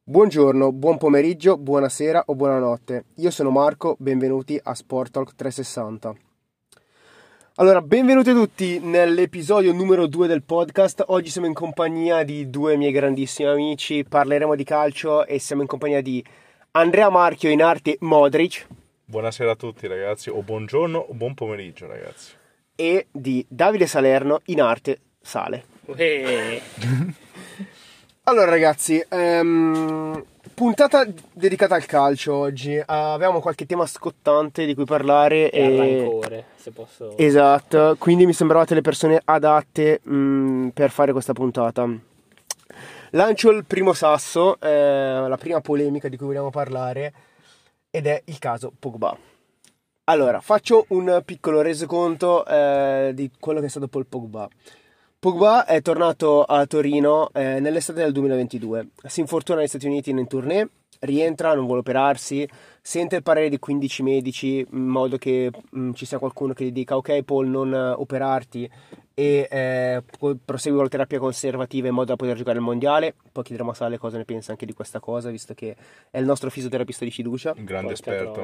Buongiorno, buon pomeriggio, buonasera o buonanotte. Io sono Marco, benvenuti a Sport Talk 360. Allora, benvenuti a tutti nell'episodio numero 2 del podcast. Oggi siamo in compagnia di due miei grandissimi amici, parleremo di calcio e siamo in compagnia di Andrea Marchio, in arte Modric. Buonasera a tutti ragazzi, o buongiorno o buon pomeriggio ragazzi. E di Davide Salerno, in arte Sale. Allora ragazzi, puntata dedicata al calcio oggi. Avevamo qualche tema scottante di cui parlare e al rancore, se posso. Esatto, quindi mi sembravate le persone adatte per fare questa puntata. Lancio il primo sasso, la prima polemica di cui vogliamo parlare, ed è il caso Pogba. Allora, faccio un piccolo resoconto di quello che è stato Paul Pogba. Pogba è tornato a Torino nell'estate del 2022, si infortuna negli Stati Uniti in tournée, rientra, non vuole operarsi, sente il parere di 15 medici in modo che ci sia qualcuno che gli dica ok Paul, non operarti e prosegui con la terapia conservativa in modo da poter giocare al mondiale. Poi chiederemo a Sale cosa ne pensa anche di questa cosa, visto che è il nostro fisioterapista di fiducia. Un grande esperto.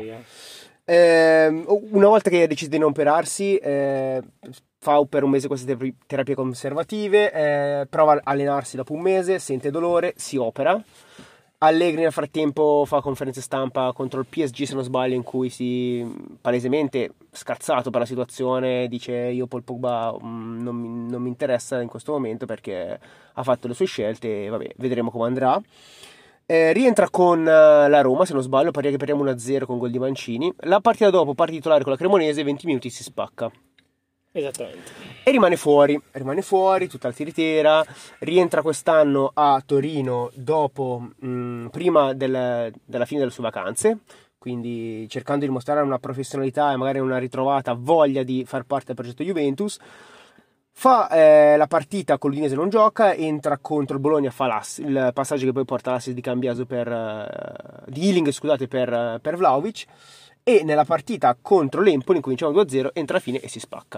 Una volta che ha deciso di non operarsi, fa per un mese queste terapie conservative, prova a allenarsi dopo un mese, sente dolore, si opera. Allegri nel frattempo fa conferenze stampa contro il PSG, se non sbaglio, in cui si palesemente scazzato per la situazione dice io Paul Pogba non mi interessa in questo momento perché ha fatto le sue scelte e vabbè, vedremo come andrà. Rientra con la Roma, se non sbaglio, pare che pariamo 1-0 con gol di Mancini. La partita dopo, parte titolare con la Cremonese, 20 minuti si spacca. Esattamente. E rimane fuori tutta la tiritera. Rientra quest'anno a Torino dopo, prima della fine delle sue vacanze, quindi cercando di mostrare una professionalità e magari una ritrovata voglia di far parte del progetto Juventus. Fa la partita con l'Udinese, non gioca, entra contro il Bologna, fa il passaggio che poi porta all'assist di Cambiaso di Ealing, scusate, per Vlahovic, e nella partita contro l'Empoli, incominciamo 2-0, entra a fine e si spacca.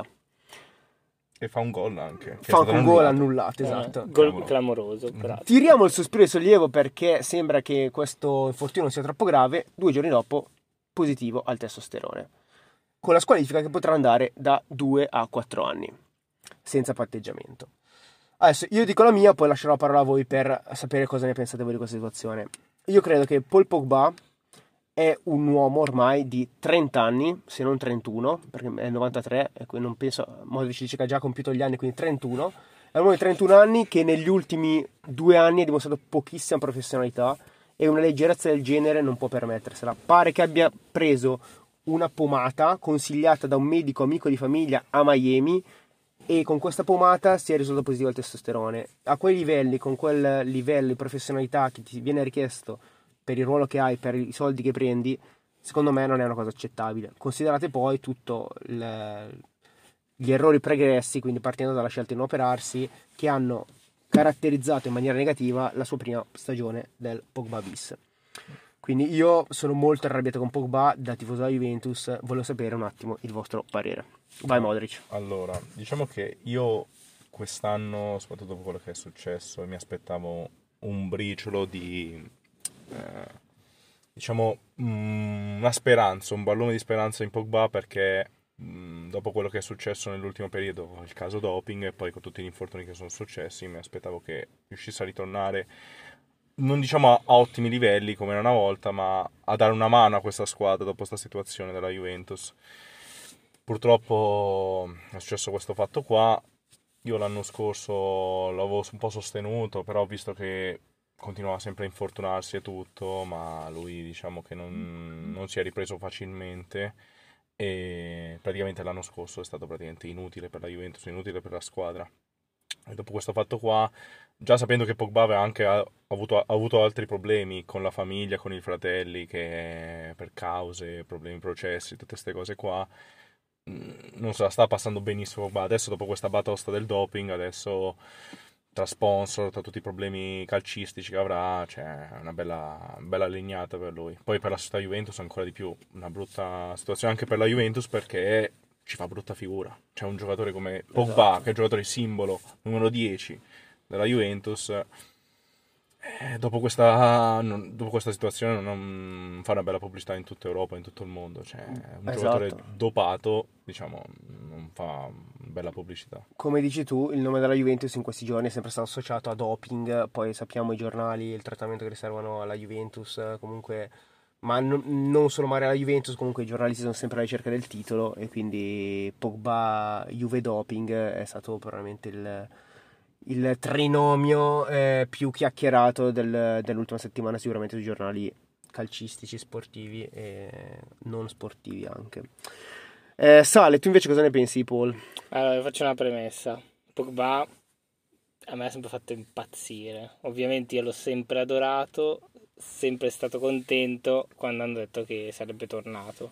E fa un gol anche. Fa anche un gol annullato, esatto. Gol clamoroso. Tiriamo il sospiro di sollievo perché sembra che questo infortunio non sia troppo grave. 2 giorni dopo, positivo al testosterone, con la squalifica che potrà andare da 2 a 4 anni, senza patteggiamento. Adesso io dico la mia, poi lascerò la parola a voi per sapere cosa ne pensate voi di questa situazione. Io credo che Paul Pogba è un uomo ormai di 30 anni, se non 31, perché è il 93, e non penso, Modric dice che ha già compiuto gli anni, quindi 31. È un uomo di 31 anni che negli ultimi 2 anni ha dimostrato pochissima professionalità e una leggerezza del genere non può permettersela. Pare che abbia preso una pomata consigliata da un medico amico di famiglia a Miami e con questa pomata si è risolto positivo al testosterone. A quei livelli, con quel livello di professionalità che ti viene richiesto per il ruolo che hai, per i soldi che prendi, secondo me non è una cosa accettabile. Considerate poi tutto gli errori pregressi, quindi partendo dalla scelta di non operarsi, che hanno caratterizzato in maniera negativa la sua prima stagione del Pogba bis. Quindi io sono molto arrabbiato con Pogba, da tifoso della Juventus, volevo sapere un attimo il vostro parere. Vai Modric. Allora, diciamo che io quest'anno, soprattutto dopo quello che è successo, mi aspettavo un briciolo di una speranza, un ballone di speranza in Pogba, perché dopo quello che è successo nell'ultimo periodo, il caso doping e poi con tutti gli infortuni che sono successi, mi aspettavo che riuscisse a ritornare non diciamo a ottimi livelli come era una volta, ma a dare una mano a questa squadra dopo questa situazione della Juventus. Purtroppo è successo questo fatto qua. Io l'anno scorso l'avevo un po' sostenuto, però ho visto che continuava sempre a infortunarsi e tutto, ma lui diciamo che non si è ripreso facilmente e praticamente l'anno scorso è stato praticamente inutile per la Juventus, inutile per la squadra. E dopo questo fatto qua, già sapendo che Pogba aveva anche avuto altri problemi con la famiglia, con i fratelli, che per cause, problemi, processi, tutte queste cose qua, non se la sta passando benissimo Pogba. Adesso dopo questa batosta del doping, adesso tra sponsor, tra tutti i problemi calcistici che avrà, c'è una bella legnata per lui. Poi per la società Juventus ancora di più, una brutta situazione anche per la Juventus, perché ci fa brutta figura. C'è un giocatore come Pogba, esatto, che è il giocatore simbolo numero 10 della Juventus, dopo questa situazione non fa una bella pubblicità in tutta Europa, in tutto il mondo. Cioè, un giocatore Esatto. dopato, diciamo, non fa bella pubblicità. Come dici tu, il nome della Juventus in questi giorni è sempre stato associato a doping, poi sappiamo i giornali, il trattamento che riservano alla Juventus, comunque, ma non solo magari alla Juventus, comunque i giornalisti sono sempre alla ricerca del titolo e quindi Pogba Juve doping è stato probabilmente il trinomio più chiacchierato dell'ultima settimana sicuramente sui giornali calcistici, sportivi e non sportivi anche. Sale, tu invece cosa ne pensi di Paul? Allora, faccio una premessa. Pogba a me ha sempre fatto impazzire. Ovviamente io l'ho sempre adorato, sempre stato contento quando hanno detto che sarebbe tornato.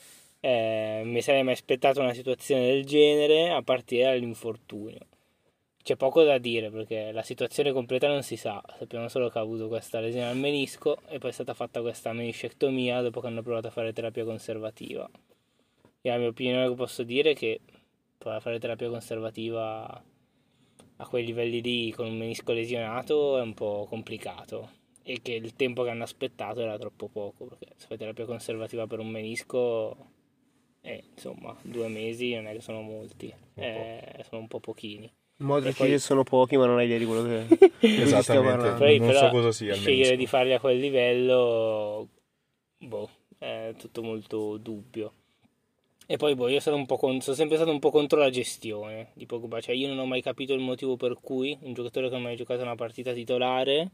Mi sarei mai aspettato una situazione del genere a partire dall'infortunio. C'è poco da dire perché la situazione completa non si sa, sappiamo solo che ha avuto questa lesione al menisco e poi è stata fatta questa meniscectomia dopo che hanno provato a fare terapia conservativa. E la mia opinione che posso dire è che provare a fare terapia conservativa a quei livelli lì con un menisco lesionato è un po' complicato e che il tempo che hanno aspettato era troppo poco, perché se fai terapia conservativa per un menisco insomma 2 mesi non è che sono molti, sono un po' pochini. Modric poi- sono pochi, ma non hai idea di quello che di cui stiamo Esattamente. parlando. Poi, Non però, so cosa sia il scegliere menisco. di farli a quel livello, è tutto molto dubbio. E poi io sono sempre stato un po' contro la gestione di Pogba, cioè io non ho mai capito il motivo per cui un giocatore che non ha mai giocato una partita titolare,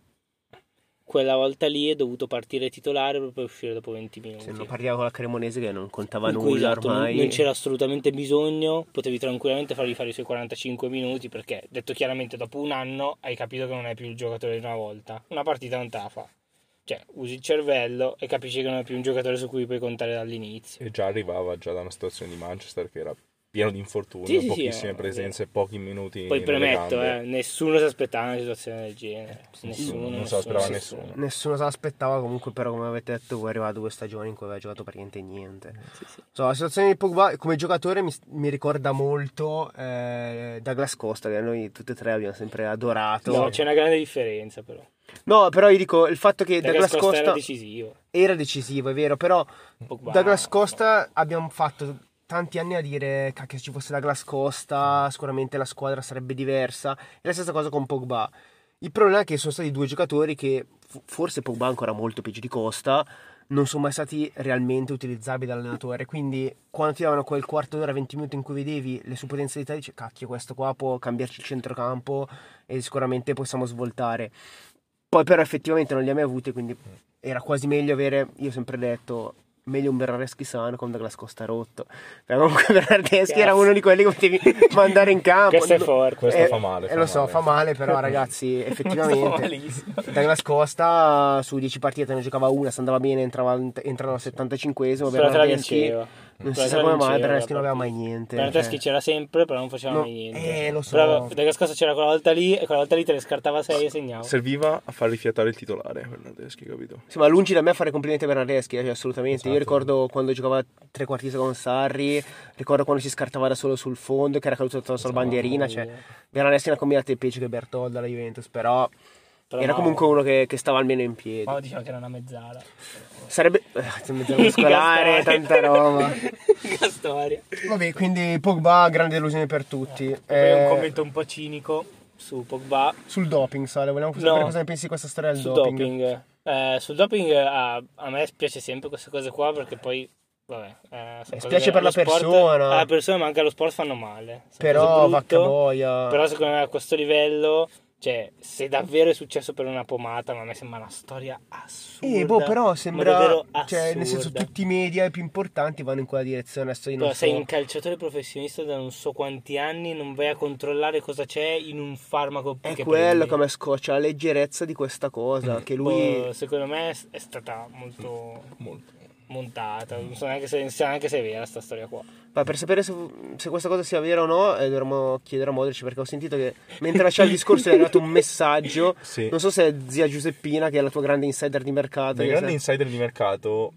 quella volta lì è dovuto partire titolare per poi uscire dopo 20 minuti. Se non parliamo con la Cremonese che non contava In cui, nulla esatto, ormai. non c'era assolutamente bisogno, potevi tranquillamente fargli fare i suoi 45 minuti perché, detto chiaramente, dopo un anno hai capito che non è più il giocatore di una volta. Una partita non te la fa. Cioè, usi il cervello e capisci che non è più un giocatore su cui puoi contare dall'inizio. E già arrivava da una situazione di Manchester che era pieno di infortuni, Sì, pochissime è presenze, pochi minuti Poi nelle premetto, gambe. nessuno si aspettava una situazione del genere. Nessuno, non se nessuno. l'aspettava nessuno. Nessuno se l'aspettava, comunque, però, come avete detto, voi arrivate a 2 stagioni in cui aveva giocato praticamente niente. Sì. So, la situazione di Pogba come giocatore mi ricorda molto Douglas Costa, che noi tutti e tre abbiamo sempre adorato. No, c'è una grande differenza però. No, però io dico il fatto che Douglas Costa era decisivo. era decisivo, è vero, però Pogba, Douglas Costa abbiamo fatto tanti anni a dire cacchio, se ci fosse Douglas Costa sicuramente la squadra sarebbe diversa. E la stessa cosa con Pogba. Il problema è che sono stati 2 giocatori che forse Pogba ancora molto peggio di Costa non sono mai stati realmente utilizzabili dall'allenatore, quindi quando ti davano quel quarto d'ora, 20 minuti in cui vedevi le sue potenzialità dici cacchio, questo qua può cambiarci il centrocampo e sicuramente possiamo svoltare. Poi però effettivamente non li ha mai avuti, quindi era quasi meglio avere, io ho sempre detto, meglio un Bernardeschi sano con Douglas Costa rotto. Però comunque Bernardeschi era uno di quelli che potevi mandare in campo. Questo è forte. Questo fa male. Lo so, fa male, però ragazzi, effettivamente malissimo. Douglas Costa su 10 partite ne giocava una, se andava bene entrava al 75esimo. Però te la Bernardeschi vinceva. non Però si te sa la come mai, vinceva, Bernardeschi non aveva proprio. mai niente. Bernardeschi cioè. c'era sempre, però non faceva No, mai niente. lo so. Però Douglas Costa c'era quella volta lì e quella volta lì te ne scartava 6 e segnava. Serviva a far rifiatare il titolare Bernardeschi, capito? Sì, ma lungi da me a fare complimenti a Bernardeschi, cioè, assolutamente. Io Esatto. ricordo quando giocava trequartista con Sarri, ricordo quando si scartava da solo sul fondo, che era caduto attraverso la bandierina. Cioè, Bernardeschi ne ha combinate peggio che Bertoldo alla Juventus, però era no, comunque uno che stava almeno in piedi. Ma diciamo che era una mezzala. Sarebbe mezzo muscolare, tanta roba. Una storia. Vabbè, quindi Pogba, grande delusione per tutti. E poi un commento un po' cinico su Pogba. Sul doping, Sale, vogliamo sapere No. cosa ne pensi di questa storia del Sul doping. doping. Sul doping a me spiace sempre queste cose qua perché poi vabbè, sono cose spiace che per la allo sport- persona. alla persona ma anche allo sport fanno male. Sono Però cose vacca brutte, boia. però secondo me a questo livello, cioè, se davvero è successo per una pomata, ma a me sembra una storia assurda. Però ma sembra, davvero cioè, nel senso, assurda. tutti i media più importanti vanno in quella direzione. Adesso io non Però so. sei un calciatore professionista da non so quanti anni, non vai a controllare cosa c'è in un farmaco È che quello prendi. che a me scoccia, la leggerezza di questa cosa. Che lui. Secondo me è stata molto Molto. montata, non so neanche se è vera sta storia qua. Ma per sapere se questa cosa sia vera o no, dovremmo chiedere a Modric, perché ho sentito che mentre faceva il discorso gli è arrivato un messaggio. Sì. Non so se è zia Giuseppina, che è la tua grande insider di mercato. Il che grande sa- insider di mercato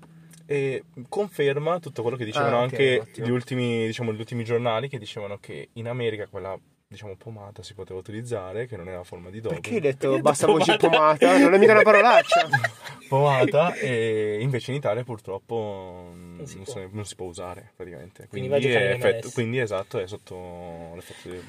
conferma tutto quello che dicevano ok, anche ottimo. gli ultimi giornali, che dicevano che in America quella diciamo pomata si poteva utilizzare, che non era forma di doping. Perché hai detto basta voce pomata? Non è mica una parolaccia. Pomata, e invece in Italia purtroppo non si può usare praticamente. Quindi va a giocare in MLS. Quindi esatto, è sotto l'effetto di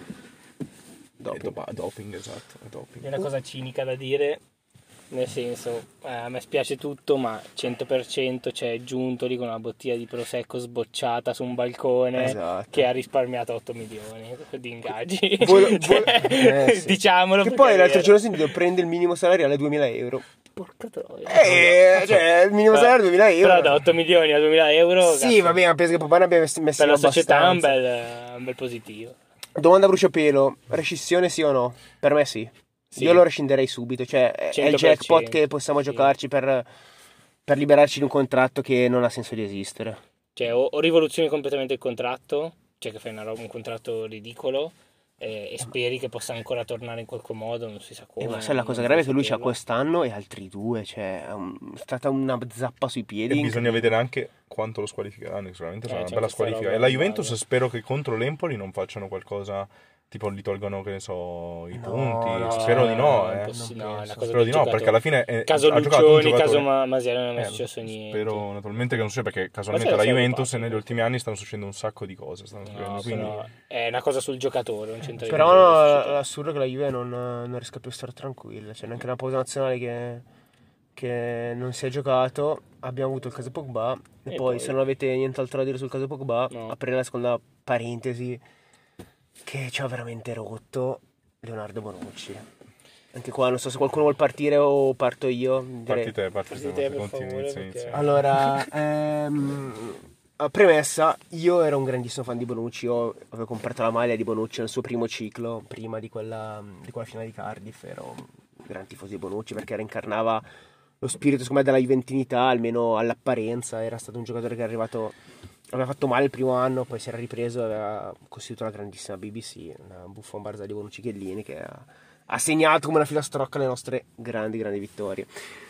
doping, esatto. È doping. È una cosa cinica da dire, nel senso, a me spiace tutto, ma 100% c'è giunto lì con una bottiglia di prosecco sbocciata su un balcone, Esatto. che ha risparmiato 8 milioni di ingaggi. Sì. Diciamolo. Che poi l'altro giorno ho sentito prende il minimo salariale a 2000 euro. Porca troia. Cioè il minimo salariale a 2000 euro. Però da 8 milioni a 2000 euro... Sì, cazzo, va bene, ma penso che Popana abbia messo per la società è abbastanza. un bel positivo. Domanda a bruciapelo, rescissione sì o no? Per me sì. Sì. Io lo rescinderei subito, cioè è il 100%, jackpot che possiamo sì. giocarci per liberarci di un contratto che non ha senso di esistere. Cioè, o rivoluzioni completamente il contratto, cioè che fai un contratto ridicolo, e speri che possa ancora tornare in qualche modo, non si sa come. Ma sai la cosa non grave è puoi che lui c'ha saperlo. quest'anno e altri 2, cioè è stata una zappa sui piedi. E bisogna vedere anche quanto lo squalificheranno, sicuramente sarà una c'è bella questa squalifica. roba E la Juventus base. spero che contro l'Empoli non facciano qualcosa, tipo gli tolgono, che ne so, i No, punti. no, spero di no, non No, è penso. una cosa Spero di del no, giocatore. perché alla fine Caso ha giocato un Luccioni, caso giocatore. Masiano non è mai successo niente. Spero naturalmente che non succeda, perché casualmente Ma la c'è lo Juventus spazio, negli ultimi anni stanno succedendo un sacco di cose. Stanno succedendo, No, quindi... però è una cosa sul giocatore, non c'entra Però niente con la no, società. l'assurdo è che la Juve non riesca più a stare tranquilla, cioè neanche una pausa nazionale che non si è giocato. Abbiamo avuto il caso Pogba e poi se non avete nient'altro da dire sul caso Pogba, No. aprire la seconda parentesi che ci ha veramente rotto Leonardo Bonucci. Anche qua non so se qualcuno vuol partire o parto io. Direi. Parti te, per continui, favore, inizia, perché- inizia. Allora, a premessa, io ero un grandissimo fan di Bonucci, io avevo comprato la maglia di Bonucci nel suo primo ciclo, prima di quella finale di Cardiff, ero un gran tifoso di Bonucci perché incarnava lo spirito, secondo me, della juventinità, almeno all'apparenza. Era stato un giocatore che è arrivato, aveva fatto male il primo anno, poi si era ripreso e aveva costituito la grandissima BBC, una Buffon Barzagli Bonucci Chiellini, che ha segnato come una filastrocca le nostre grandi vittorie.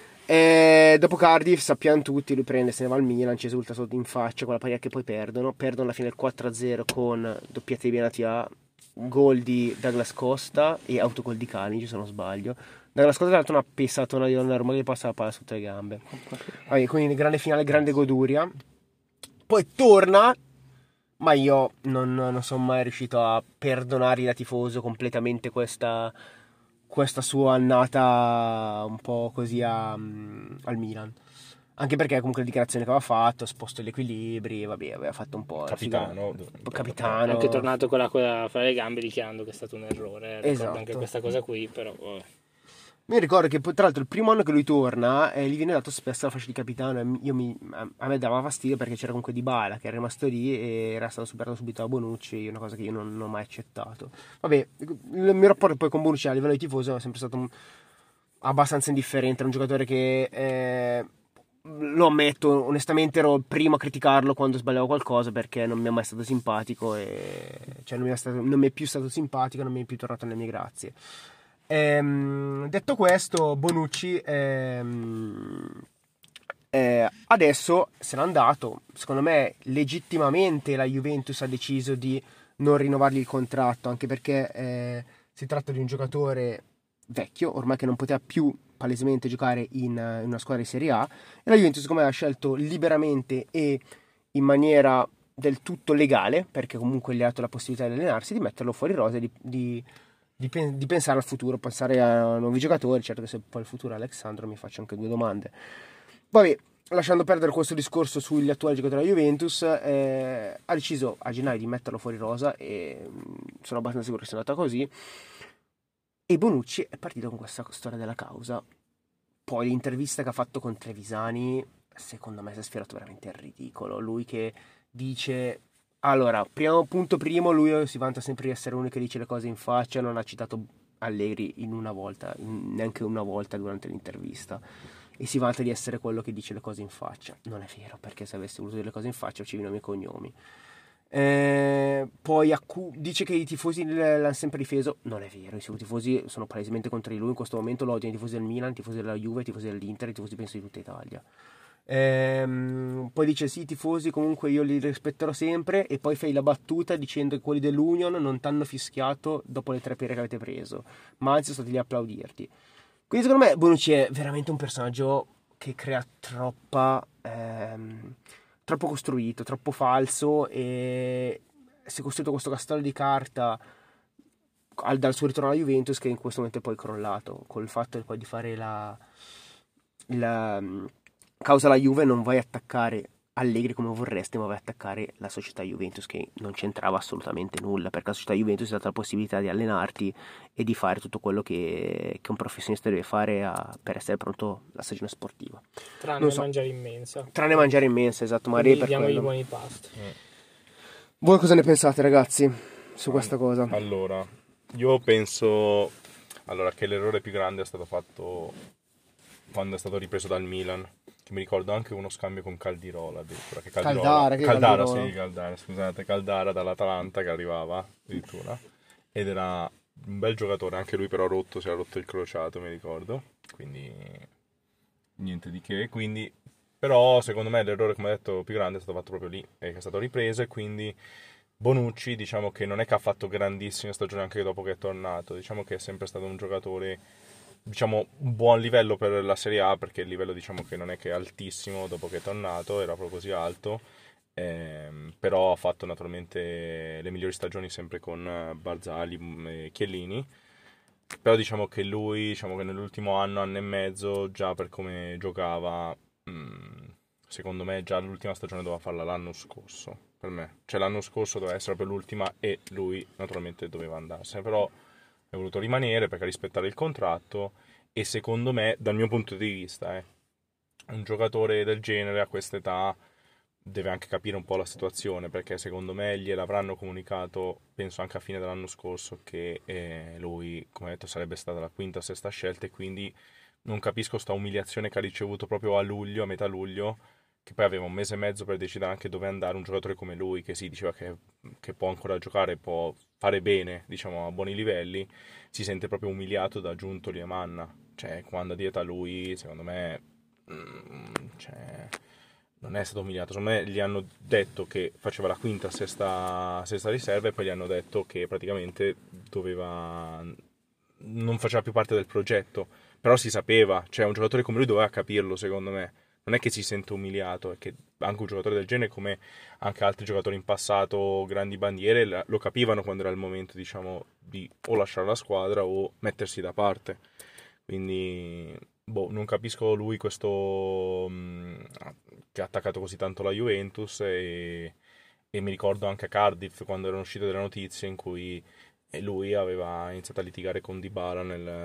E dopo Cardiff sappiamo tutti, lui prende, se ne va al Milan, ci esulta sotto in faccia con la paglia che poi perdono alla fine il 4-0 con doppietta di Benatia, gol di Douglas Costa e autogol di Kalinic, se non sbaglio. Douglas Costa ha dato una pesatona di Donnarumma che gli passa la palla sotto le gambe. Quindi grande finale, grande goduria. Poi torna, ma io non sono mai riuscito a perdonargli da tifoso completamente questa sua annata un po' così al Milan. Anche perché comunque le dichiarazioni che aveva fatto, ha sposto gli equilibri, vabbè, aveva fatto un po' capitano. Anche tornato con la coda fra le gambe dichiarando che è stato un errore. Ricordo Esatto. anche questa cosa qui, però vabbè. Mi ricordo che poi, tra l'altro, il primo anno che lui torna, gli viene dato spesso la fascia di capitano. E a me dava fastidio perché c'era comunque Dybala che era rimasto lì e era stato superato subito da Bonucci, una cosa che io non ho mai accettato. Vabbè, il mio rapporto poi con Bonucci a livello di tifoso è sempre stato abbastanza indifferente. Era un giocatore che, lo ammetto, onestamente ero il primo a criticarlo quando sbagliavo qualcosa perché non mi è mai stato simpatico, cioè non mi è più stato simpatico, non mi è più tornato nelle mie grazie. Detto questo, Bonucci adesso se n'è andato. Secondo me legittimamente la Juventus ha deciso di non rinnovargli il contratto, anche perché si tratta di un giocatore vecchio, ormai, che non poteva più palesemente giocare in una squadra di Serie A, e la Juventus, secondo me, ha scelto liberamente e in maniera del tutto legale, perché comunque gli ha dato la possibilità di allenarsi, di metterlo fuori rosa e di pensare al futuro, pensare a nuovi giocatori. Certo che se poi il futuro è Alexandro mi faccio anche 2 domande. Vabbè, lasciando perdere questo discorso sugli attuali giocatori della Juventus, ha deciso a gennaio di metterlo fuori rosa e sono abbastanza sicuro che sia andata così. E Bonucci è partito con questa storia della causa. Poi l'intervista che ha fatto con Trevisani, secondo me si è sfiorato veramente il ridicolo. Lui che dice... Allora, punto primo, lui si vanta sempre di essere uno che dice le cose in faccia, non ha citato Allegri neanche una volta durante l'intervista, e si vanta di essere quello che dice le cose in faccia. Non è vero, perché se avesse voluto dire le cose in faccia ci nomi e cognomi. Poi dice che i tifosi l'hanno sempre difeso. Non è vero, i suoi tifosi sono palesemente contro di lui. In questo momento lo odiano i tifosi del Milan, i tifosi della Juve, i tifosi dell'Inter, i tifosi penso di tutta Italia. Poi dice sì, i tifosi comunque io li rispetterò sempre, e poi fai la battuta dicendo che quelli dell'Union non t'hanno fischiato dopo le 3 pere che avete preso, ma anzi sono stati lì a applaudirti. Quindi secondo me Bonucci è veramente un personaggio che crea troppo costruito, troppo falso, e si è costruito questo castello di carta dal suo ritorno alla Juventus, che in questo momento è poi crollato col fatto poi di fare la causa la Juve. Non vai a attaccare Allegri come vorresti, ma vai a attaccare la società Juventus, che non c'entrava assolutamente nulla, perché la società Juventus ti ha dato la possibilità di allenarti e di fare tutto quello che un professionista deve fare per essere pronto alla stagione sportiva. Tranne mangiare in mensa. Tranne mangiare in mensa, esatto, magari per diamo quello. i buoni pasti. Voi cosa ne pensate, ragazzi, su questa cosa? Allora, io penso che l'errore più grande è stato fatto quando è stato ripreso dal Milan, che mi ricordo anche uno scambio con Caldirola addirittura, Caldara dall'Atalanta che arrivava addirittura, ed era un bel giocatore, anche lui però si era rotto il crociato, mi ricordo, quindi niente di che. Quindi però secondo me l'errore, come ho detto, più grande è stato fatto proprio lì, e che è stato ripreso, e quindi Bonucci diciamo che non è che ha fatto grandissime stagioni anche dopo che è tornato, diciamo che è sempre stato un giocatore, diciamo, un buon livello per la Serie A, perché il livello diciamo che non è che è altissimo dopo che è tornato, era proprio così alto, però ha fatto naturalmente le migliori stagioni sempre con Barzagli e Chiellini. Però diciamo che lui, diciamo che nell'ultimo anno e mezzo, già per come giocava, secondo me già l'ultima stagione doveva farla l'anno scorso, per me. Cioè l'anno scorso doveva essere per l'ultima e lui naturalmente doveva andarsene, però è voluto rimanere perché rispettare il contratto, e secondo me, dal mio punto di vista, un giocatore del genere a quest'età deve anche capire un po' la situazione, perché secondo me gliel'avranno comunicato, penso anche a fine dell'anno scorso, che lui, come detto, sarebbe stata la quinta o sesta scelta, e quindi non capisco sta umiliazione che ha ricevuto proprio a luglio, a metà luglio, che poi aveva un mese e mezzo per decidere anche dove andare. Un giocatore come lui, che si diceva che può ancora giocare, può fare bene, diciamo, a buoni livelli, si sente proprio umiliato da Giuntoli e Manna. Cioè, quando a dieta lui, secondo me, cioè, non è stato umiliato. Secondo me gli hanno detto che faceva la quinta, sesta riserva, e poi gli hanno detto che praticamente non faceva più parte del progetto. Però si sapeva, cioè un giocatore come lui doveva capirlo, secondo me. Non è che si sente umiliato, è che anche un giocatore del genere, come anche altri giocatori in passato, grandi bandiere, lo capivano quando era il momento, diciamo, di o lasciare la squadra o mettersi da parte. Quindi, non capisco lui questo che ha attaccato così tanto la Juventus, e mi ricordo anche a Cardiff quando erano uscite delle notizie in cui lui aveva iniziato a litigare con Dybala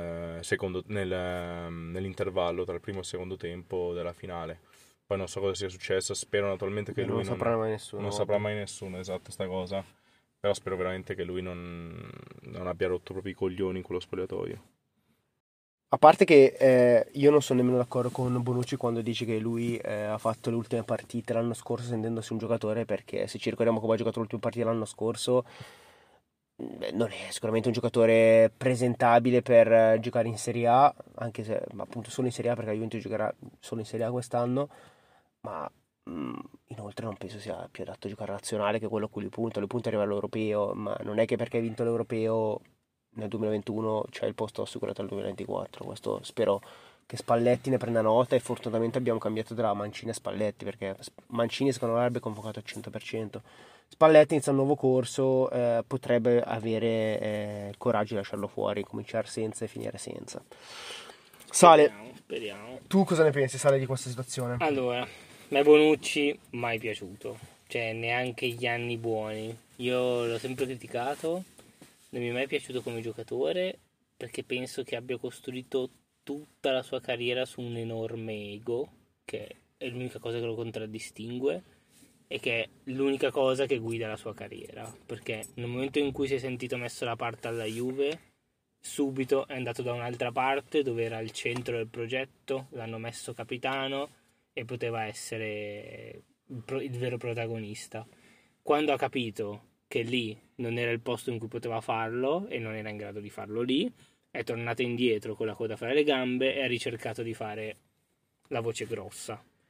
nell'intervallo tra il primo e il secondo tempo della finale. Poi non so cosa sia successo, spero naturalmente che lui non saprà mai nessuno. Non saprà mai nessuno, esatto, sta cosa. Però spero veramente che lui non abbia rotto proprio i coglioni in quello spogliatoio. A parte che io non sono nemmeno d'accordo con Bonucci quando dice che lui ha fatto le ultime partite l'anno scorso sentendosi un giocatore, perché se ci ricordiamo come ha giocato le ultime partite l'anno scorso, non è sicuramente un giocatore presentabile per giocare in Serie A, anche se appunto solo in Serie A, perché la Juventus giocherà solo in Serie A quest'anno, ma inoltre non penso sia più adatto a giocare a nazionale, che quello a cui lui punta a livello europeo, ma non è che perché hai vinto l'europeo nel 2021 c'è il posto assicurato al 2024. Questo spero che Spalletti ne prenda nota, e fortunatamente abbiamo cambiato tra Mancini e Spalletti, perché Mancini secondo me avrebbe convocato al 100%. Spalletti inizia un nuovo corso, potrebbe avere il coraggio di lasciarlo fuori, cominciare senza e finire senza. Sale, Speriamo. tu cosa ne pensi, Sale, di questa situazione? Allora, me Bonucci mai piaciuto, cioè neanche gli anni buoni. Io l'ho sempre criticato, non mi è mai piaciuto come giocatore, perché penso che abbia costruito tutta la sua carriera su un enorme ego, che è l'unica cosa che lo contraddistingue, e che è l'unica cosa che guida la sua carriera, perché nel momento in cui si è sentito messo da parte alla Juve, subito è andato da un'altra parte dove era il centro del progetto, l'hanno messo capitano e poteva essere il vero protagonista. Quando ha capito che lì non era il posto in cui poteva farlo e non era in grado di farlo lì, è tornato indietro con la coda fra le gambe e ha ricercato di fare la voce grossa.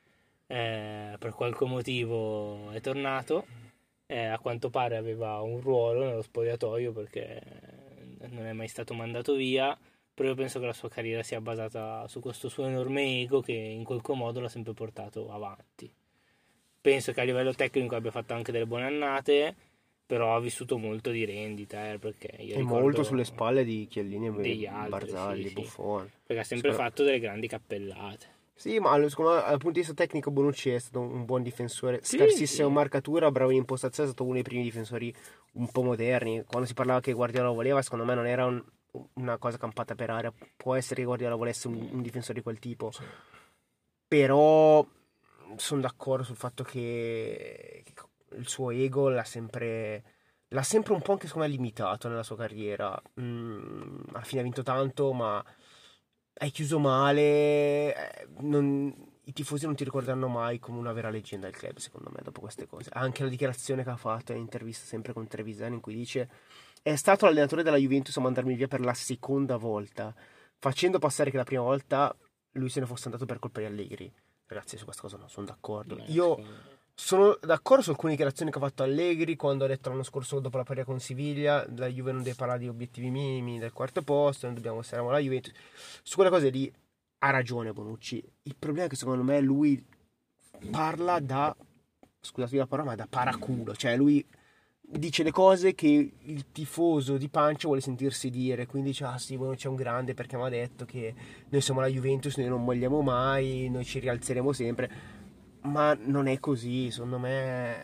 per qualche motivo è tornato. A quanto pare aveva un ruolo nello spogliatoio perché non è mai stato mandato via, però io penso che la sua carriera sia basata su questo suo enorme ego che in qualche modo l'ha sempre portato avanti. Penso che a livello tecnico abbia fatto anche delle buone annate, però ha vissuto molto di rendita, perché io E ricordo molto sulle spalle di Chiellini degli e altri, Barzagli, sì. Buffon. Perché ha sempre fatto delle grandi cappellate. Sì, ma secondo me, dal punto di vista tecnico Bonucci è stato un buon difensore, Sì, scarsissima sì. marcatura, bravo in impostazione, è stato uno dei primi difensori un po' moderni. Quando si parlava che Guardiola voleva, secondo me non era una cosa campata per aria. Può essere che Guardiola volesse un difensore di quel tipo, però sono d'accordo sul fatto che il suo ego l'ha sempre un po' anche secondo me limitato nella sua carriera. Alla fine ha vinto tanto, ma hai chiuso male. I tifosi non ti ricorderanno mai come una vera leggenda del club, secondo me, dopo queste cose. Anche la dichiarazione che ha fatto in intervista sempre con Trevisan, in cui dice: è stato l'allenatore della Juventus a mandarmi via per la seconda volta, facendo passare che la prima volta lui se ne fosse andato per colpa di Allegri. Ragazzi, su questa cosa non sono d'accordo. Io sono d'accordo su alcune dichiarazioni che ha fatto Allegri quando ha detto l'anno scorso dopo la partita con Siviglia: la Juve non deve parlare di obiettivi minimi del quarto posto, non dobbiamo essere la Juventus. Su quelle cose lì ha ragione Bonucci. Il problema è che secondo me lui parla da, scusate la parola, ma da paraculo. Cioè lui dice le cose che il tifoso di pancia vuole sentirsi dire, quindi dice: ah sì, Bonucci è un grande perché mi ha detto che noi siamo la Juventus, noi non molliamo mai, noi ci rialzeremo sempre. Ma non è così, secondo me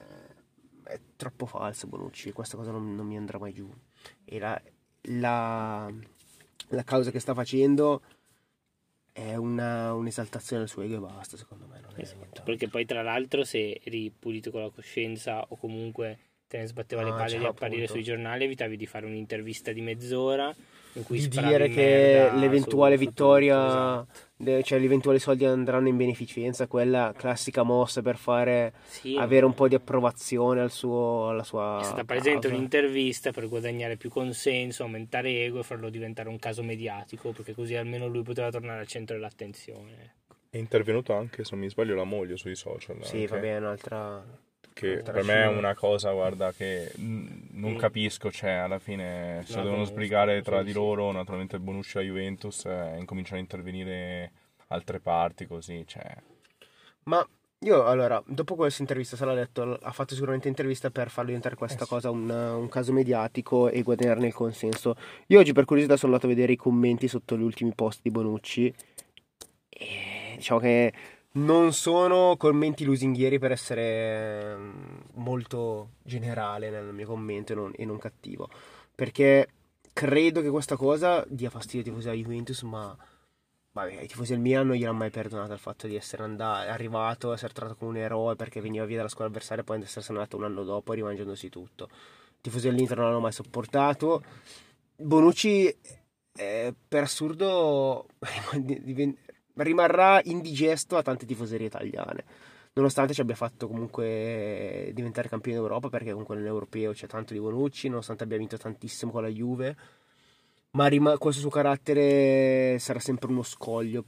è troppo falso Bonucci, questa cosa non mi andrà mai giù. E la, la causa che sta facendo è un'esaltazione del suo ego e basta, secondo me. Non è niente. Perché poi tra l'altro se eri pulito con la coscienza o comunque te ne sbatteva le palle cioè, di apparire appunto, sui giornali, evitavi di fare un'intervista di mezz'ora in cui di sparavi dire che merda l'eventuale su tutto, vittoria, esatto. cioè gli eventuali soldi andranno in beneficenza, quella classica mossa per fare Sì, avere un ma po' di approvazione alla è sua stata presente causa. un'intervista per guadagnare più consenso, aumentare ego e farlo diventare un caso mediatico, perché così almeno lui poteva tornare al centro dell'attenzione. È intervenuto anche, se non mi sbaglio, la moglie sui social, Sì, va anche, bene, un'altra che per me è scena. una cosa, guarda, che non Mm. capisco, cioè, alla fine se No, devono conosco, sbrigare tra sì, di sì. loro, naturalmente Bonucci a Juventus, incominciano a intervenire altre parti, così, cioè... Ma io allora, dopo questa intervista, sarà detto, ha fatto sicuramente intervista per farlo diventare questa sì. cosa un caso mediatico e guadagnarne il consenso. Io oggi per curiosità sono andato a vedere i commenti sotto gli ultimi post di Bonucci e diciamo che non sono commenti lusinghieri per essere molto generale nel mio commento e non cattivo, perché credo che questa cosa dia fastidio ai tifosi della Juventus, ma vabbè, i tifosi del Milan non gliel'hanno mai perdonato il fatto di essere arrivato, essere trattato come un eroe perché veniva via dalla squadra avversaria e poi essere andato un anno dopo rimangiandosi tutto. I tifosi dell'Inter non l'hanno mai sopportato. Bonucci, per assurdo, rimarrà indigesto a tante tifoserie italiane. Nonostante ci abbia fatto comunque diventare campione d'Europa, perché comunque nell'Europeo c'è tanto di Bonucci, nonostante abbia vinto tantissimo con la Juve, ma questo suo carattere sarà sempre uno scoglio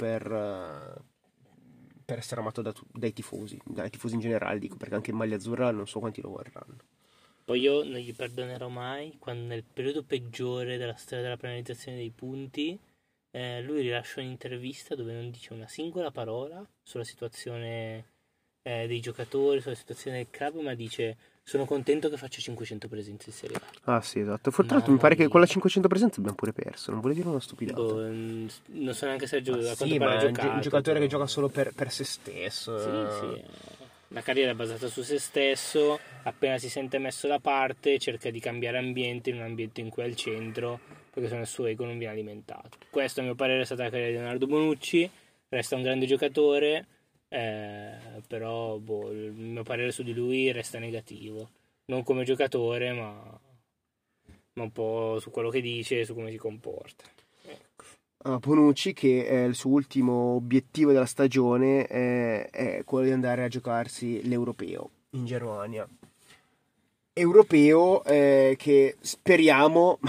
per essere amato dai tifosi in generale, dico, perché anche in maglia azzurra non so quanti lo vorranno. Poi io non gli perdonerò mai quando nel periodo peggiore della storia della penalizzazione dei punti lui rilascia un'intervista dove non dice una singola parola sulla situazione dei giocatori, sulla situazione del club, ma dice: sono contento che faccia 500 presenze in Serie A. Ah sì, esatto. Tra l'altro mi Mamma pare che mia. quella 500 presenze abbiamo pure perso, non vuole dire una stupidata. Non so neanche se Ma a quanto sì, pare ma ha è un giocato, giocatore che però. gioca solo per se stesso. Sì, sì. La carriera è basata su se stesso, appena si sente messo da parte cerca di cambiare ambiente in un ambiente in cui è al centro, perché sennò il suo ego non viene alimentato. Questo a mio parere è stata la carriera di Leonardo Bonucci, resta un grande giocatore, però il mio parere su di lui resta negativo, non come giocatore ma un po' su quello che dice e su come si comporta. Ecco. Bonucci, che è il suo ultimo obiettivo della stagione, è quello di andare a giocarsi l'Europeo in Germania. Europeo che speriamo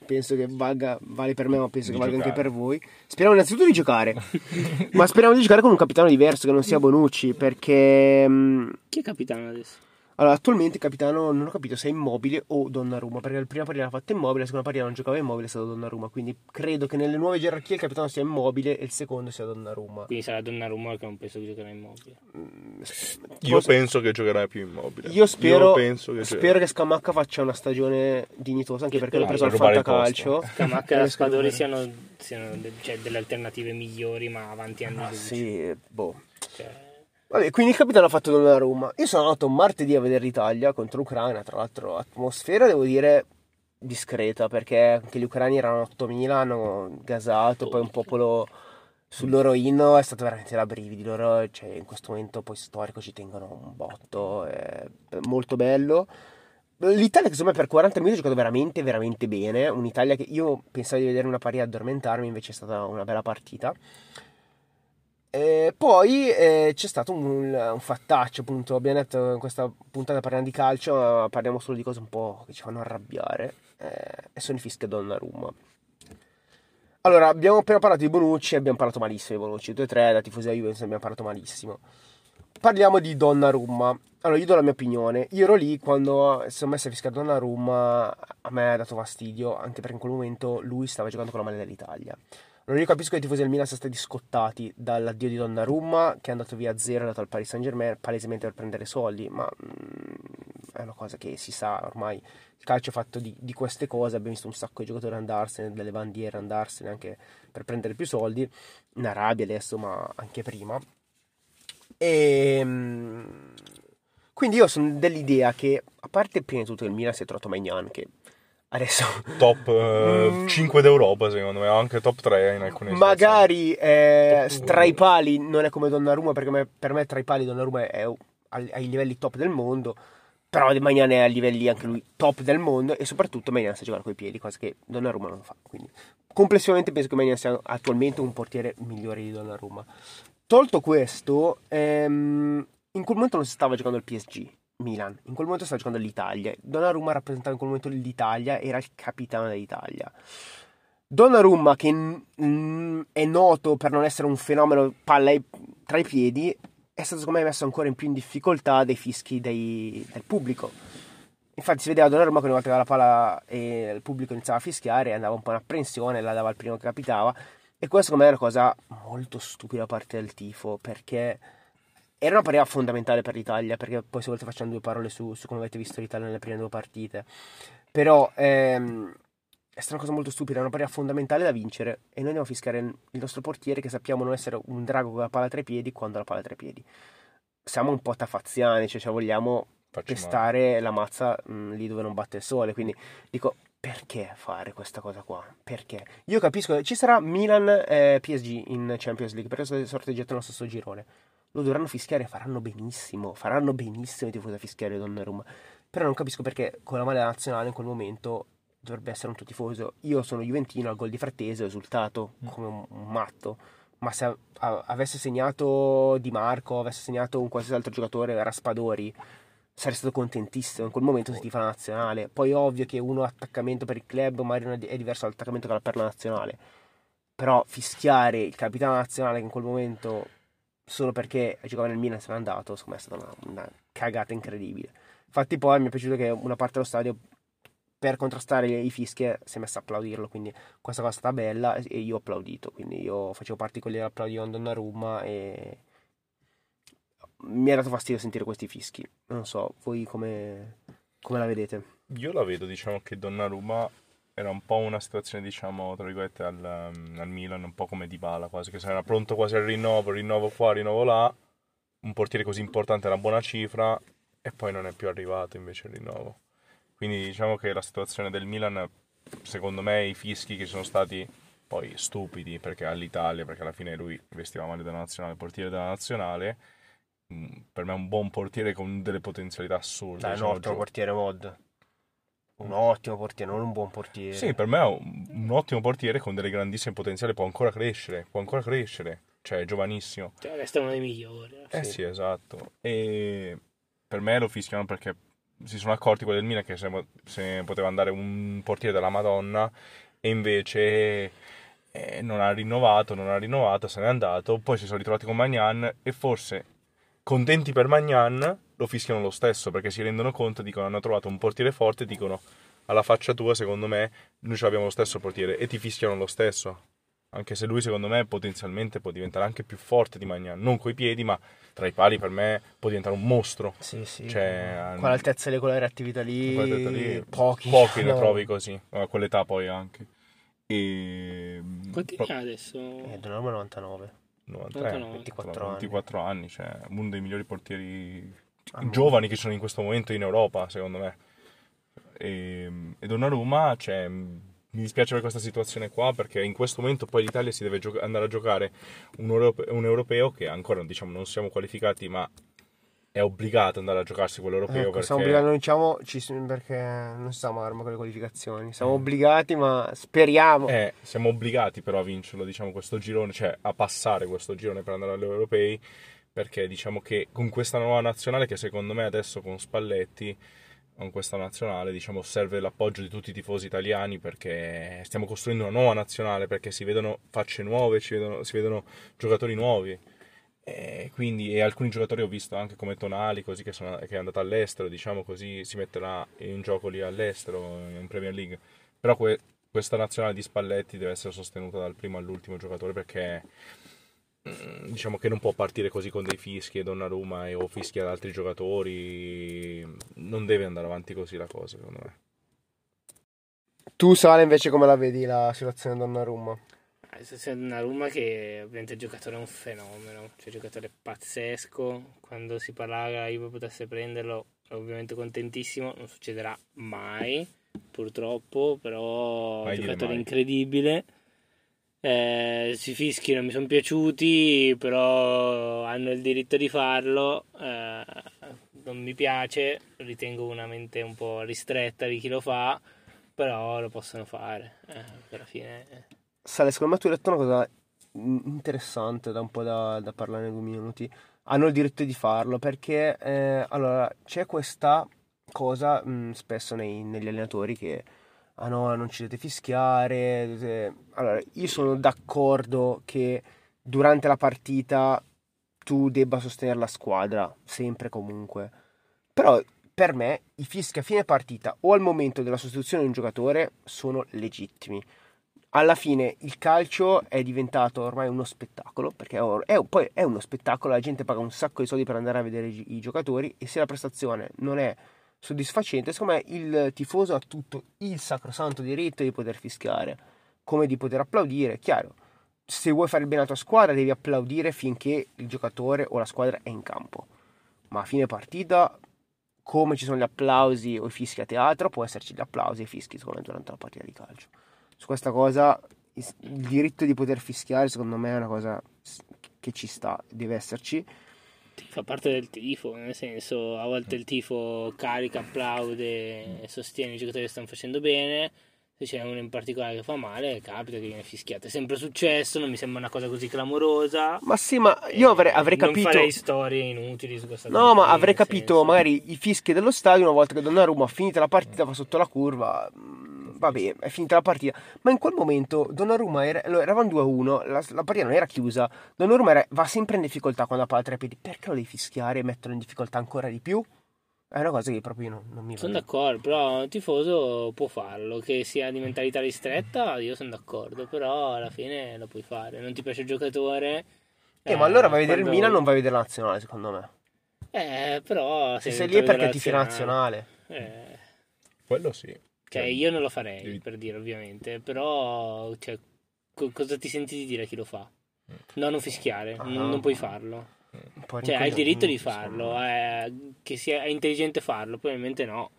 penso che vale per me, ma penso Di che valga anche giocare. per voi. Speriamo innanzitutto di giocare, ma speriamo di giocare con un capitano diverso, che non sia Bonucci, perché Chi è capitano adesso? allora, attualmente il capitano non ho capito se è Immobile o Donnarumma, perché la prima partita l'ha fatta Immobile, la seconda partita non giocava Immobile, è stato Donnarumma, quindi credo che nelle nuove gerarchie il capitano sia Immobile e il secondo sia Donnarumma. Quindi sarà Donnarumma, che non penso che giocherà Immobile. Io penso che giocherà più Immobile. Io spero, penso che spero che Scamacca faccia una stagione dignitosa, anche perché l'ho preso al per rubare il fantacalcio. Scamacca e Riesco a Raspadori rubare. siano cioè, delle alternative migliori, ma avanti anni luce. Sì, boh. Cioè, Vabbè, quindi il capitano ha fatto Donnarumma. Io sono andato martedì a vedere l'Italia contro l'Ucraina, tra l'altro atmosfera devo dire discreta, perché anche gli ucraini erano 8.000, hanno gasato, poi un popolo sul loro inno è stato veramente da brividi. Loro, cioè, in questo momento poi storico ci tengono un botto, è molto bello. L'Italia che secondo me per 40 minuti ha giocato veramente veramente bene, un'Italia che io pensavo di vedere una partita e addormentarmi, invece è stata una bella partita. Poi c'è stato un fattaccio, appunto, abbiamo detto in questa puntata parliamo di calcio, ma parliamo solo di cose un po' che ci fanno arrabbiare, e sono i fischi a Donnarumma. Allora, abbiamo appena parlato di Bonucci e abbiamo parlato malissimo di Bonucci, 2-3, da tifosi della Juventus abbiamo parlato malissimo. Parliamo di Donnarumma. Allora, io do la mia opinione. Io ero lì quando si sono messi a fischiare Donnarumma, a me ha dato fastidio, anche perché in quel momento lui stava giocando con la maglia dell'Italia. Allora, io capisco che i tifosi del Milan siano stati scottati dall'addio di Donnarumma, che è andato via a zero, è andato al Paris Saint-Germain, palesemente per prendere soldi, ma è una cosa che si sa ormai. Il calcio è fatto di queste cose, abbiamo visto un sacco di giocatori andarsene, delle bandiere andarsene anche per prendere più soldi, in Arabia adesso, ma anche prima. E quindi io sono dell'idea che, a parte prima di tutto il Milan si è trovato Maignan, che adesso top 5 d'Europa secondo me, anche top 3 in alcune magari tra i pali non è come Donnarumma, perché per me tra i pali Donnarumma è ai livelli top del mondo, però Maignan è a livelli anche lui top del mondo, e soprattutto Maignan sa giocare coi piedi, cosa che Donnarumma non fa, quindi complessivamente penso che Maignan sia attualmente un portiere migliore di Donnarumma. Tolto questo, in quel momento non si stava giocando il PSG Milan, in quel momento stava giocando l'Italia. Donnarumma rappresentava in quel momento l'Italia, era il capitano dell'Italia. Donnarumma, che è noto per non essere un fenomeno palla tra i piedi, è stato secondo me messo ancora in più in difficoltà dai fischi del pubblico. Infatti si vedeva Donnarumma che una volta che aveva la palla e il pubblico iniziava a fischiare, andava un po' in apprensione, la dava al primo che capitava. E questo secondo me è una cosa molto stupida da parte del tifo, perché era una partita fondamentale per l'Italia, perché poi se volete facciamo due parole su come avete visto l'Italia nelle prime due partite. Però è stata una cosa molto stupida, è una partita fondamentale da vincere, e noi andiamo a fischiare il nostro portiere, che sappiamo non essere un drago con la palla tra i piedi, quando ha la palla tra i piedi. Siamo un po' tafaziani, cioè vogliamo pestare la mazza lì dove non batte il sole, quindi dico, perché fare questa cosa qua? Perché? Io capisco, ci sarà Milan PSG in Champions League, perché sono sorteggiati nello stesso girone. Lo dovranno fischiare, faranno benissimo i tifosi a fischiare Donnarumma. Però non capisco perché con la maglia nazionale in quel momento dovrebbe essere un tuo tifoso. Io sono juventino, al gol di Frattesi ho esultato come un matto, ma se avesse segnato Di Marco, avesse segnato un qualsiasi altro giocatore, Raspadori, sarei stato contentissimo. In quel momento si tifa la nazionale. Poi è ovvio che uno ha attaccamento per il club, magari è diverso dall'attaccamento che ha per la nazionale. Però fischiare il capitano nazionale che in quel momento, solo perché giocava nel Milan, se n'è andato, secondo me è stata una cagata incredibile. Infatti poi mi è piaciuto che una parte dello stadio, per contrastare i fischi, si è messa a applaudirlo, quindi questa cosa è stata bella e io ho applaudito, quindi io facevo parte di quelli che applaudivano Donnarumma e mi ha dato fastidio sentire questi fischi. Non so, voi come la vedete? Io la vedo, diciamo che Donnarumma era un po' una situazione, diciamo, tra virgolette, al Milan, un po' come Dybala, quasi, che se era pronto quasi al rinnovo qua, rinnovo là, un portiere così importante, una buona cifra, e poi non è più arrivato invece il rinnovo. Quindi diciamo che la situazione del Milan, secondo me, i fischi che sono stati poi stupidi, perché all'Italia, perché alla fine lui vestiva maglia della nazionale, portiere della nazionale, per me è un buon portiere con delle potenzialità assurde. Dai, un ottimo portiere mod. Un ottimo portiere, non un buon portiere. Sì, per me è un ottimo portiere con delle grandissime potenziali, può ancora crescere, cioè è giovanissimo. Cioè, resta uno dei migliori. Sì, esatto. E per me lo fischiano perché si sono accorti quelli del Milan che se poteva andare un portiere della Madonna, e invece non ha rinnovato, se n'è andato. Poi si sono ritrovati con Maignan e forse, contenti per Maignan, lo fischiano lo stesso, perché si rendono conto, dicono hanno trovato un portiere forte, dicono alla faccia tua, secondo me noi ce l'abbiamo lo stesso portiere, e ti fischiano lo stesso. Anche se lui, secondo me, potenzialmente può diventare anche più forte di Maignan, non coi piedi, ma tra i pali per me può diventare un mostro. Sì, sì. Cioè, Con l'altezza e con le reattività lì, pochi. Pochi ne No. trovi così, a quell'età poi anche. E Quanti ne ha adesso? Donnarumma 99. 93, 24 anni. 24 anni, cioè uno dei migliori portieri mondo. giovani che ci sono in questo momento in Europa, secondo me. E Donnarumma, cioè, mi dispiace per questa situazione qua, perché in questo momento poi l'Italia si deve andare a giocare un europeo che ancora, diciamo, non siamo qualificati, ma è obbligato ad andare a giocarsi quell'europeo, Ecco, perché siamo obbligati, non diciamo, perché non stiamo arma con le qualificazioni. Siamo obbligati, ma speriamo. siamo obbligati però a vincerlo, diciamo, questo girone, cioè a passare questo girone per andare agli europei, perché diciamo che con questa nuova nazionale, che secondo me adesso con Spalletti, con questa nazionale, diciamo, serve l'appoggio di tutti i tifosi italiani, perché stiamo costruendo una nuova nazionale, perché si vedono facce nuove, si vedono giocatori nuovi. E alcuni giocatori ho visto anche come Tonali, così, che è andato all'estero, diciamo, così si metterà in gioco lì all'estero in Premier League. Però questa nazionale di Spalletti deve essere sostenuta dal primo all'ultimo giocatore, perché diciamo che non può partire così con dei fischi e Donnarumma o fischi ad altri giocatori. Non deve andare avanti così la cosa, secondo me. Tu, Sale, invece, come la vedi la situazione di Donnarumma? C'è Donnarumma, che ovviamente il giocatore è un fenomeno, cioè il giocatore è pazzesco. Quando si parlava che la Juve potesse prenderlo, ero ovviamente contentissimo. Non succederà mai, purtroppo, però Mai un dire giocatore mai. incredibile. Si fischi non mi sono piaciuti, però hanno il diritto di farlo. Non mi piace, ritengo una mente un po' ristretta di chi lo fa, però lo possono fare. Alla fine. Sale, secondo me tu hai detto una cosa interessante, da un po' da parlare in 2 minuti. Hanno il diritto di farlo, perché allora c'è questa cosa spesso negli allenatori che no, non ci dovete fischiare. Allora, io sono d'accordo che durante la partita tu debba sostenere la squadra, sempre e comunque. Però per me i fischi a fine partita o al momento della sostituzione di un giocatore sono legittimi. Alla fine il calcio è diventato ormai uno spettacolo, perché poi è uno spettacolo, la gente paga un sacco di soldi per andare a vedere i giocatori, e se la prestazione non è soddisfacente, secondo me il tifoso ha tutto il sacrosanto diritto di poter fischiare, come di poter applaudire. Chiaro, se vuoi fare il bene alla tua squadra devi applaudire finché il giocatore o la squadra è in campo, ma a fine partita, come ci sono gli applausi o i fischi a teatro, può esserci gli applausi e i fischi secondo me durante la partita di calcio. Su questa cosa il diritto di poter fischiare secondo me è una cosa che ci sta, deve esserci. Fa parte del tifo, nel senso, a volte il tifo carica, applaude, sostiene i giocatori che stanno facendo bene. Se c'è uno in particolare che fa male, capita che viene fischiato. È sempre successo, non mi sembra una cosa così clamorosa. Ma sì, ma io avrei capito. Non farei storie inutili su questa cosa. No, ma avrei capito magari i fischi dello stadio una volta che Donnarumma, finita la partita, va sotto la curva. Vabbè, è finita la partita. Ma in quel momento Donnarumma eravamo 2-1, la partita non era chiusa. Donnarumma va sempre in difficoltà quando ha palla tra i piedi. Perché lo devi fischiare e metterlo in difficoltà ancora di più? È una cosa che proprio non mi va. Sono d'accordo, però un tifoso può farlo, che sia di mentalità ristretta, io sono d'accordo, però alla fine lo puoi fare. Non ti piace il giocatore? Ma allora vai a vedere il Milan, non vai a vedere la nazionale, secondo me. Però se sei lì è perché tifi nazionale. Quello sì. Cioè, io non lo farei, per dire, ovviamente, però cioè, cosa ti senti di dire a chi lo fa? No, non fischiare, non puoi farlo. Cioè, hai il diritto di farlo, che sia intelligente farlo, probabilmente no.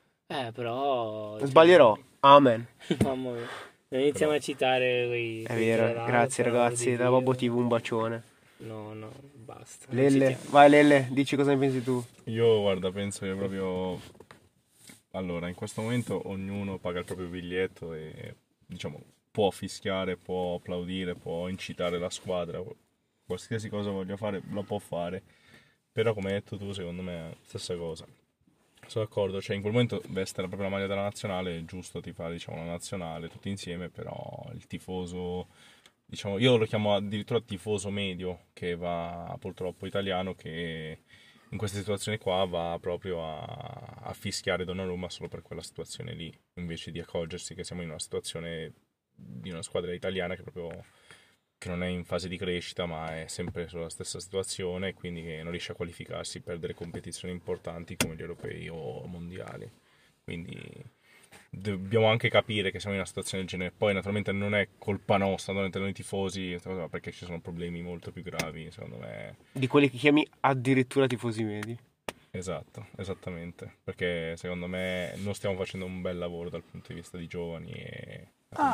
Però sbaglierò. Amen. Mamma mia. Non iniziamo a citare quei. È vero, grazie ragazzi, da Babbo TV un bacione. No, basta. Lelle, vai Lelle, dici cosa ne pensi tu. Io, guarda, penso che proprio. Allora, in questo momento ognuno paga il proprio biglietto e, diciamo, può fischiare, può applaudire, può incitare la squadra. Qualsiasi cosa voglia fare, lo può fare. Però, come hai detto tu, secondo me è la stessa cosa. Sono d'accordo, cioè in quel momento veste proprio la maglia della nazionale, è giusto tifare, diciamo, la nazionale tutti insieme, però il tifoso, diciamo, io lo chiamo addirittura tifoso medio, che va purtroppo italiano, che in queste situazioni qua va proprio a fischiare Donnarumma solo per quella situazione lì, invece di accorgersi che siamo in una situazione di una squadra italiana che non è in fase di crescita, ma è sempre sulla stessa situazione, quindi che non riesce a qualificarsi per delle competizioni importanti come gli europei o mondiali. Quindi dobbiamo anche capire che siamo in una situazione del genere. Poi naturalmente non è colpa nostra, noi tifosi, perché ci sono problemi molto più gravi, secondo me. Di quelli che chiami addirittura tifosi medi. Esatto, esattamente, perché secondo me non stiamo facendo un bel lavoro dal punto di vista di giovani e...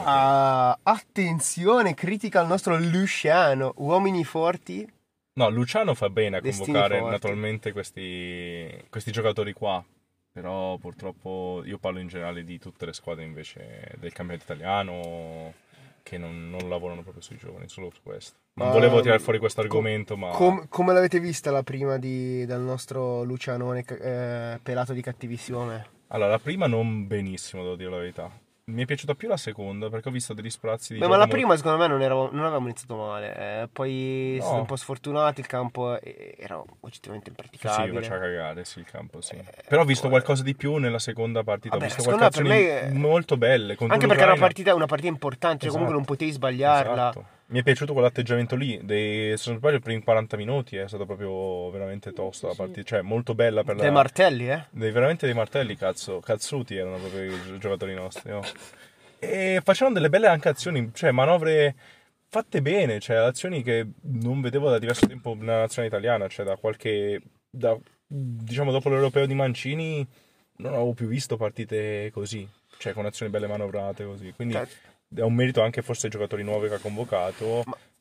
attenzione, critica al nostro Luciano, uomini forti. No, Luciano fa bene a Destini convocare forti. naturalmente questi giocatori qua, però purtroppo io parlo in generale di tutte le squadre invece del campionato italiano che non lavorano proprio sui giovani, solo su questo. Non volevo tirare fuori questo argomento, ma... Come l'avete vista la prima dal nostro Lucianone pelato di cattivissimo me? Allora, la prima non benissimo, devo dire la verità. Mi è piaciuta più la seconda perché ho visto degli sprazzi di Beh, ma gioco la molto- prima secondo me non avevamo iniziato male, poi No. siamo un po' sfortunati, il campo era oggettivamente Sì, impraticabile. faceva cagare, sì, il campo, sì. Però ho visto qualcosa di più nella seconda partita. Vabbè, Ho visto secondo me qualche per azione me- molto belle. Contro Anche perché era l'Ucraina. una partita importante, cioè comunque non Esatto. potevi sbagliarla. Esatto. Mi è piaciuto quell'atteggiamento lì. Se non sbaglio, i primi 40 minuti è stato proprio veramente tosta la partita. Cioè, molto bella per Dai martelli, veramente dei martelli, cazzo. Cazzuti erano proprio i giocatori nostri, no? E facevano delle belle anche azioni, cioè manovre fatte bene, cioè azioni che non vedevo da diverso tempo nella nazione italiana, cioè diciamo dopo l'Europeo di Mancini non avevo più visto partite così, cioè con azioni belle manovrate così, quindi è un merito anche forse ai giocatori nuovi che ha convocato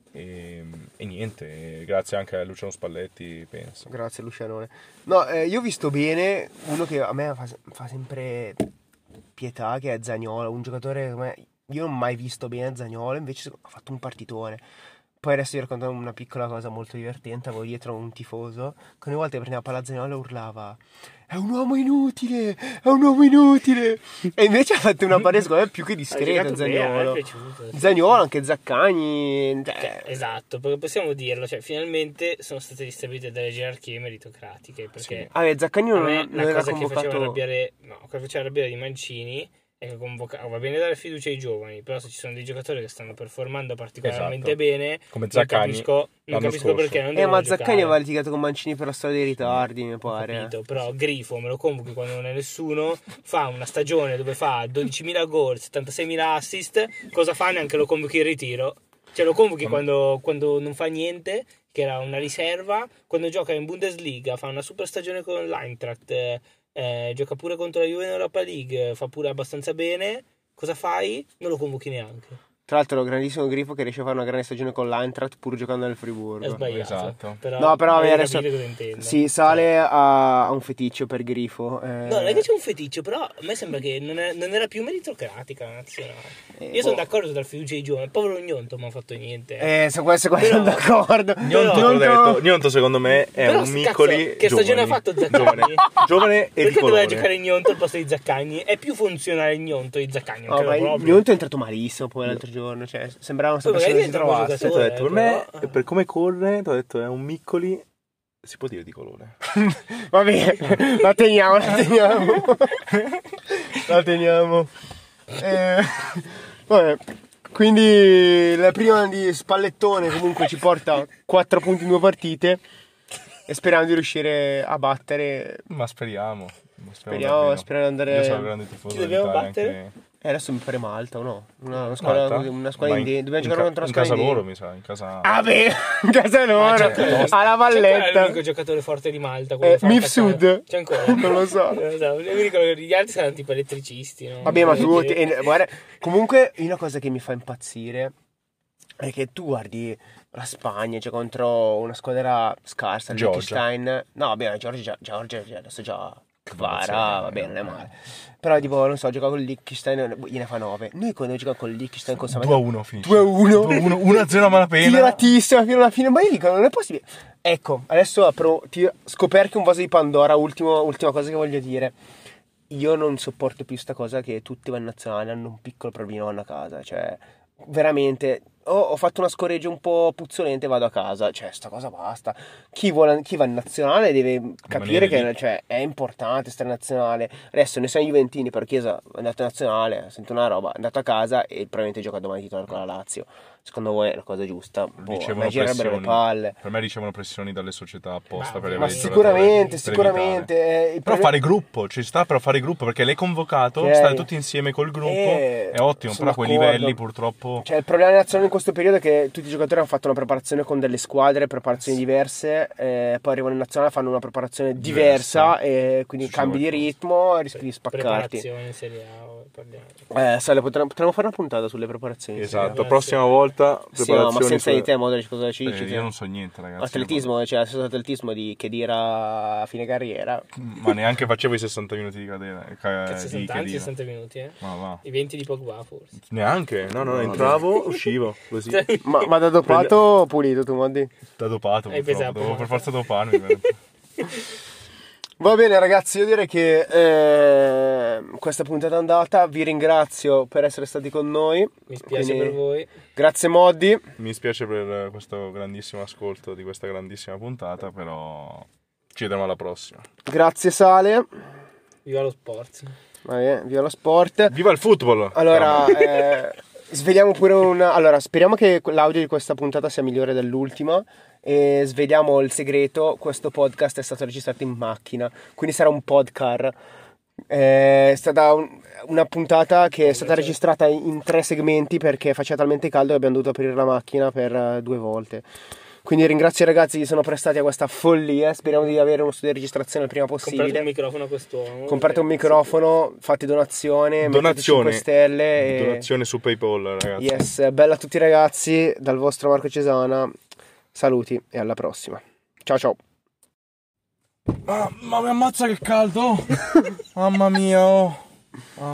e niente, grazie anche a Luciano Spalletti, penso. Grazie Lucianone. No, io ho visto bene uno che a me fa sempre pietà, che è Zaniolo, un giocatore io non ho mai visto bene Zaniolo, invece ha fatto un partitone. Poi adesso vi racconto una piccola cosa molto divertente. Avevo dietro un tifoso che ogni volta che prendeva palla Zaniolo urlava: è un uomo inutile, è un uomo inutile. E invece ha fatto una partita secondo me più che discreta Zaniolo. Zaniolo, anche Zaccagni, Esatto, perché possiamo dirlo, cioè finalmente sono state ristabilite delle gerarchie meritocratiche, perché Zaccagni a non me la era cosa che faceva convocato. arrabbiare, no, che faceva arrabbiare di Mancini è che va bene dare fiducia ai giovani, però se ci sono dei giocatori che stanno performando particolarmente Esatto. bene, Come Zaccagni non l'anno capisco scorso. perché non devono Ma Zaccagni giocare. aveva litigato con Mancini per la storia dei ritardi, mi pare. Capito, però Grifo me lo convochi quando non è nessuno, fa una stagione dove fa 12.000 gol, 76.000 assist, cosa fa? Neanche lo convochi in ritiro, cioè lo convochi quando non fa niente, che era una riserva, quando gioca in Bundesliga fa una super stagione con l'Eintracht, gioca pure contro la Juve in Europa League, fa pure abbastanza bene, cosa fai? Non lo convochi neanche. Tra l'altro, grandissimo Grifo che riesce a fare una grande stagione con l'Eintracht pur giocando nel È Friburgo. sbagliato. Esatto. No, però devi adesso capire cosa intendo. si sale a un feticcio per Grifo. No, non è che c'è un feticcio, però a me sembra che non era più meritocratica la nazionale. Io sono d'accordo dal fiducia ai giovani. Il povero Gnonto non ha fatto niente. Su questo sono d'accordo. Gnonto secondo me è Però, un Miccoli cazzo, che stagione ha fatto Zaccagni? giovane e Perché di doveva colore. giocare Gnonto al posto di Zaccagni? È più funzionale Gnonto di Zaccagni. Non credo proprio. Gnonto è entrato malissimo poi l'altro giorno. Cioè, sembrava Poi una magari si diventa un buon trovasse. Ti ho detto, per me, però- per come corre, ti ho detto è un Miccoli, si può dire di colore. Va bene, la teniamo. La teniamo. Vabbè. Quindi la prima di Spallettone comunque ci porta 4 punti in 2 partite e speriamo di riuscire a battere. Ma speriamo. Speriamo di andare. Io sono un grande tifoso Chi dobbiamo dell'Italia battere? anche... Adesso mi pare Malta o no? Una squadra Malta? Ma indie. Dobbiamo giocare contro una in squadra casa indie. loro, mi sa, in casa... Ah beh, in casa loro, c'è ancora- alla C'è ancora Valletta. l'unico giocatore forte di Malta. quello che fa Mifsud. attaccare. C'è ancora? Non lo so. Non lo so. Mi ricordo che gli altri saranno tipo elettricisti, no? Vabbè, ma tu Perché- guarda, comunque una cosa che mi fa impazzire è che tu guardi la Spagna, cioè contro una squadra scarsa, il Georgia. Liechtenstein. No, vabbè, Georgia adesso già Kvara, va bene, non è male. Però tipo, non so, gioca con il Liechtenstein, gliene fa 9. Noi quando giochiamo con il Liechtenstein con Samarra 2-1 finisce. 2-1. 1-0 a malapena. Tiratissima fino alla fine, ma io dico, non è possibile. Ecco, adesso scoperchi un vaso di Pandora, ultima cosa che voglio dire. Io non sopporto più sta cosa che tutti vanno in nazionale, hanno un piccolo problema, vanno a casa, cioè veramente ho fatto una scorreggia un po' puzzolente e vado a casa, cioè sta cosa basta. Chi va in nazionale deve capire che cioè, è importante stare in nazionale. Adesso ne siamo juventini, per Chiesa è andato in nazionale, sento una roba, è andato a casa e probabilmente gioca domani titolare con la Lazio. Secondo voi è la cosa giusta? Ricevono girerebbero le pressioni. palle. Per me ricevono pressioni dalle società apposta per Ma evitare. sicuramente. Però fare gruppo, ci sta però fare gruppo, perché l'hai convocato, Ok. stare tutti insieme col gruppo, è ottimo, sono però a quei d'accordo. livelli purtroppo... Cioè il problema nazionale in questo periodo è che tutti i giocatori hanno fatto una preparazione con delle squadre, preparazioni diverse, poi arrivano in nazionale, fanno una preparazione diversa e quindi Sì, cambi di ritmo e rischi di spaccarti. Preparazione in Serie A, parliamo. Sale, potremmo fare una puntata sulle preparazioni. Esatto, prossima volta Sì, no, ma senza di te, Modric, cosa ci dici? io non so niente, ragazzi. Atletismo, cioè lo stesso atletismo di Khedira a fine carriera. Ma neanche facevo i 60 minuti di cadena. Cazzo, sono di tanti Khedira. 60 minuti, eh? Ma va. I 20 di Pogba, forse. Neanche, no, entravo, uscivo, così. Ma da dopato o pulito tu, Moddi? Da dopato, Hai purtroppo. pesato. Dovevo per forza doparmi. veramente. Va bene ragazzi, io direi che questa puntata è andata, vi ringrazio per essere stati con noi. Mi spiace Quindi, per voi. Grazie Moddi. Mi spiace per questo grandissimo ascolto di questa grandissima puntata, però ci vediamo alla prossima. Grazie Sale. Viva lo sport. Via lo sport. Viva il football! Allora, sveliamo pure allora, speriamo che l'audio di questa puntata sia migliore dell'ultima. E sveliamo il segreto: questo podcast è stato registrato in macchina, quindi sarà un podcar. È stata una puntata che è stata registrata in 3 segmenti perché faceva talmente caldo che abbiamo dovuto aprire la macchina per 2 volte. Quindi ringrazio i ragazzi che si sono prestati a questa follia. Speriamo di avere uno studio di registrazione il prima possibile. Comprate un microfono a quest'uomo. Comprate un microfono, fate donazione, mettete 5 stelle. Donazione su PayPal, ragazzi. Yes, bella a tutti ragazzi, dal vostro Marco Cesana. Saluti e alla prossima. Ciao ciao. Ma mi ammazza che caldo! Mamma mia!